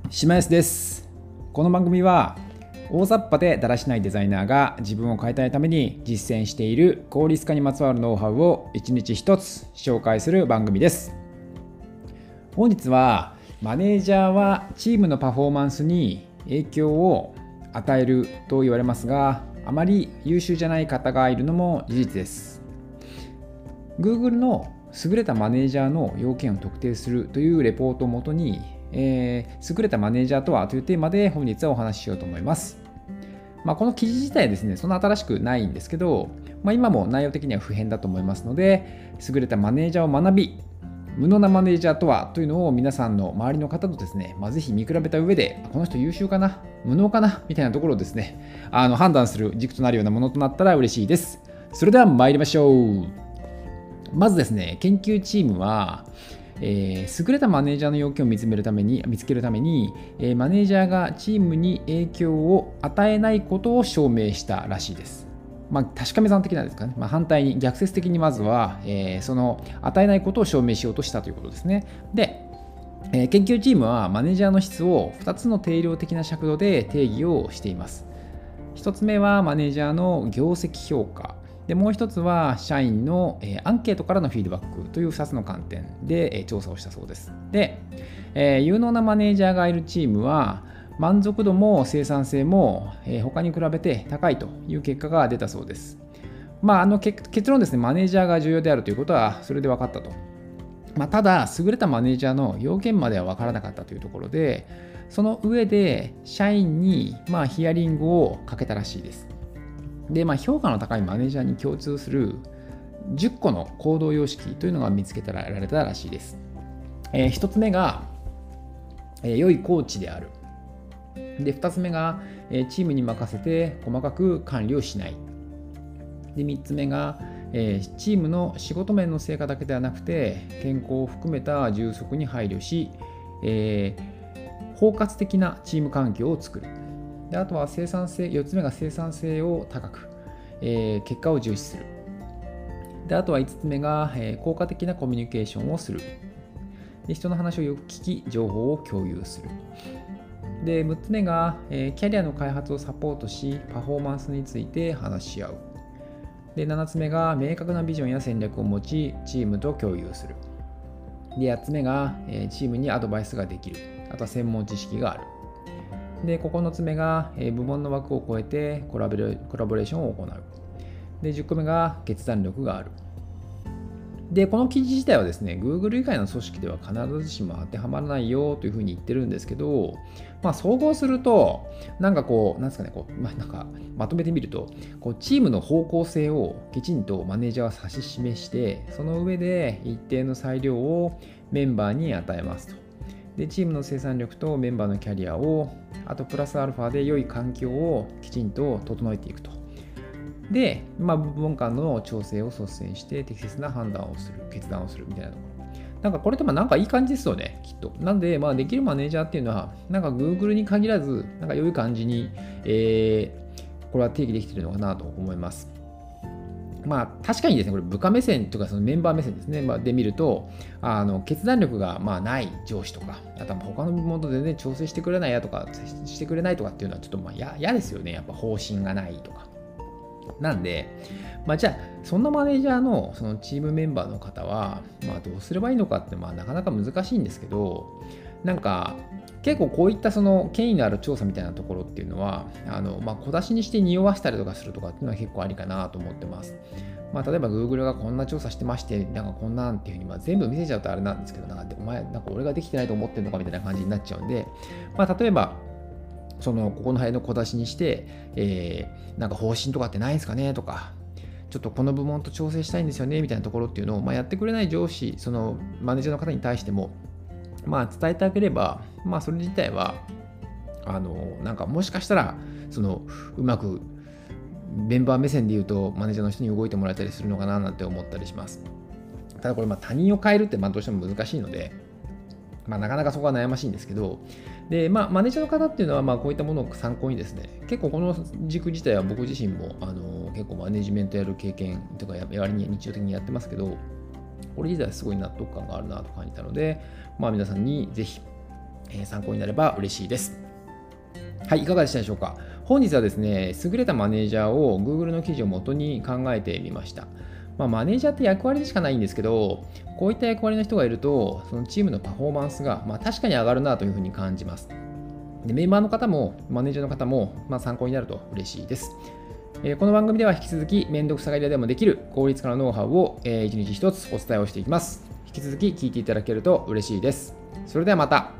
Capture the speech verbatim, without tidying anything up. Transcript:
島安です。この番組は大雑把でだらしないデザイナーが自分を変えたいために実践している効率化にまつわるノウハウを一日一つ紹介する番組です。本日はマネージャーはチームのパフォーマンスに影響を与えると言われますが、あまり優秀じゃない方がいるのも事実です。 Google の優れたマネージャーの要件を特定するというレポートをもとに、えー、優れたマネージャーとはというテーマで本日はお話ししようと思います。まあ、この記事自体はですね、そんな新しくないんですけど、まあ、今も内容的には不変だと思いますので、優れたマネージャーを学び、無能なマネージャーとはというのを皆さんの周りの方とですね、まあ、ぜひ見比べた上で、この人優秀かな、無能かなみたいなところをですね、あの判断する軸となるようなものとなったら嬉しいです。それでは参りましょう。まずですね、研究チームは、えー、優れたマネージャーの要件を見つめるために見つけるために、えー、マネージャーがチームに影響を与えないことを証明したらしいです。まあ、確かめ算的なんですかね。まあ、反対に逆説的にまずは、えー、その与えないことを証明しようとしたということですね。で、えー、研究チームはマネージャーの質をふたつの定量的な尺度で定義をしています。ひとつめはマネージャーの業績評価。でもう一つは社員の、えー、アンケートからのフィードバックというふたつの観点で、えー、調査をしたそうです。で、えー、有能なマネージャーがいるチームは満足度も生産性も、えー、他に比べて高いという結果が出たそうです。まあ、あの結論ですね、マネージャーが重要であるということはそれで分かったと。まあ、ただ、優れたマネージャーの要件までは分からなかったというところで、その上で社員に、まあ、ヒアリングをかけたらしいです。で、まあ、評価の高いマネージャーに共通するじゅっこの行動様式というのが見つけられたらしいです。えー、ひとつめが、えー、良いコーチである。で、ふたつめが、えー、チームに任せて細かく管理をしない。で、みっつめが、えー、チームの仕事面の成果だけではなくて健康を含めた充足に配慮し、えー、包括的なチーム環境を作る。で、あとは生産性、よっつめが生産性を高く、えー、結果を重視する。で、あとはいつつめが、えー、効果的なコミュニケーションをする。で、人の話をよく聞き、情報を共有する。で、むっつめが、えー、キャリアの開発をサポートし、パフォーマンスについて話し合う。で、ななつめが、明確なビジョンや戦略を持ち、チームと共有する。で、やっつめが、えー、チームにアドバイスができる。あとは専門知識がある。で、ここのつめが、えー、部門の枠を超えてコラボレ、コラボレーションを行う。で、じゅっこめが決断力がある。で、この記事自体はですね、Google 以外の組織では必ずしも当てはまらないよというふうに言ってるんですけど、まあ、総合すると、なんかこう、なんですかね、こう、まあ、なんかまとめてみると、こうチームの方向性をきちんとマネージャーは指し示して、その上で一定の裁量をメンバーに与えますと。で、チームの生産力とメンバーのキャリアを、あとプラスアルファで良い環境をきちんと整えていくと。で、まあ、部門間の調整を率先して適切な判断をする、決断をするみたいなところ。なんかこれともなんかいい感じですよね、きっと。なんで、まあ、できるマネージャーっていうのは、なんか Google に限らず、なんか良い感じに、えー、これは定義できているのかなと思います。まあ、確かにですね、これ部下目線とかそのメンバー目線ですね、まあ、で見ると、あの決断力がまあない上司とか、あとは他の部門と全然調整してくれないやとか、してくれないとかっていうのはちょっとまあ嫌ですよね、やっぱ方針がないとか。なんで、まあ、じゃあ、そんなマネージャーのそのチームメンバーの方は、まあ、どうすればいいのかって、まあ、なかなか難しいんですけど、なんか、結構こういったその権威のある調査みたいなところっていうのは、あのまあ、小出しにして匂わせたりとかするとかっていうのは結構ありかなと思ってます。まあ、例えば Google がこんな調査してまして、なんかこんなんっていうふうにまあ全部見せちゃうとあれなんですけど、なんかお前、なんか俺ができてないと思ってるのかみたいな感じになっちゃうんで、まあ、例えば、そのここの辺の小出しにして、えー、なんか方針とかってないんですかねとか、ちょっとこの部門と調整したいんですよねみたいなところっていうのを、まあ、やってくれない上司、そのマネージャーの方に対しても、まあ、伝えてあげれば、まあ、それ自体は、あの、なんかもしかしたら、その、うまく、メンバー目線で言うと、マネージャーの人に動いてもらえたりするのかななんて思ったりします。ただこれ、まあ、他人を変えるって、まあ、どうしても難しいので、まあ、なかなかそこは悩ましいんですけど、で、まあ、マネージャーの方っていうのは、まあ、こういったものを参考にですね、結構この軸自体は僕自身も、あの、結構マネジメントやる経験とか、やりに日常的にやってますけど、これ自体はすごい納得感があるなと感じたので、まあ、皆さんにぜひ、 えー、参考になれば嬉しいです。はい、いかがでしたでしょうか。本日はですね、優れたマネージャーを Google の記事を元に考えてみました。まあ、マネージャーって役割でしかないんですけど、こういった役割の人がいると、そのチームのパフォーマンスが、まあ、確かに上がるなというふうに感じます。でメンバーの方も、マネージャーの方も、まあ、参考になると嬉しいです。えー、この番組では引き続き、めんどくさがり屋でもできる効率化のノウハウを、えー、一日一つお伝えをしていきます。引き続き聞いていただけると嬉しいです。それではまた。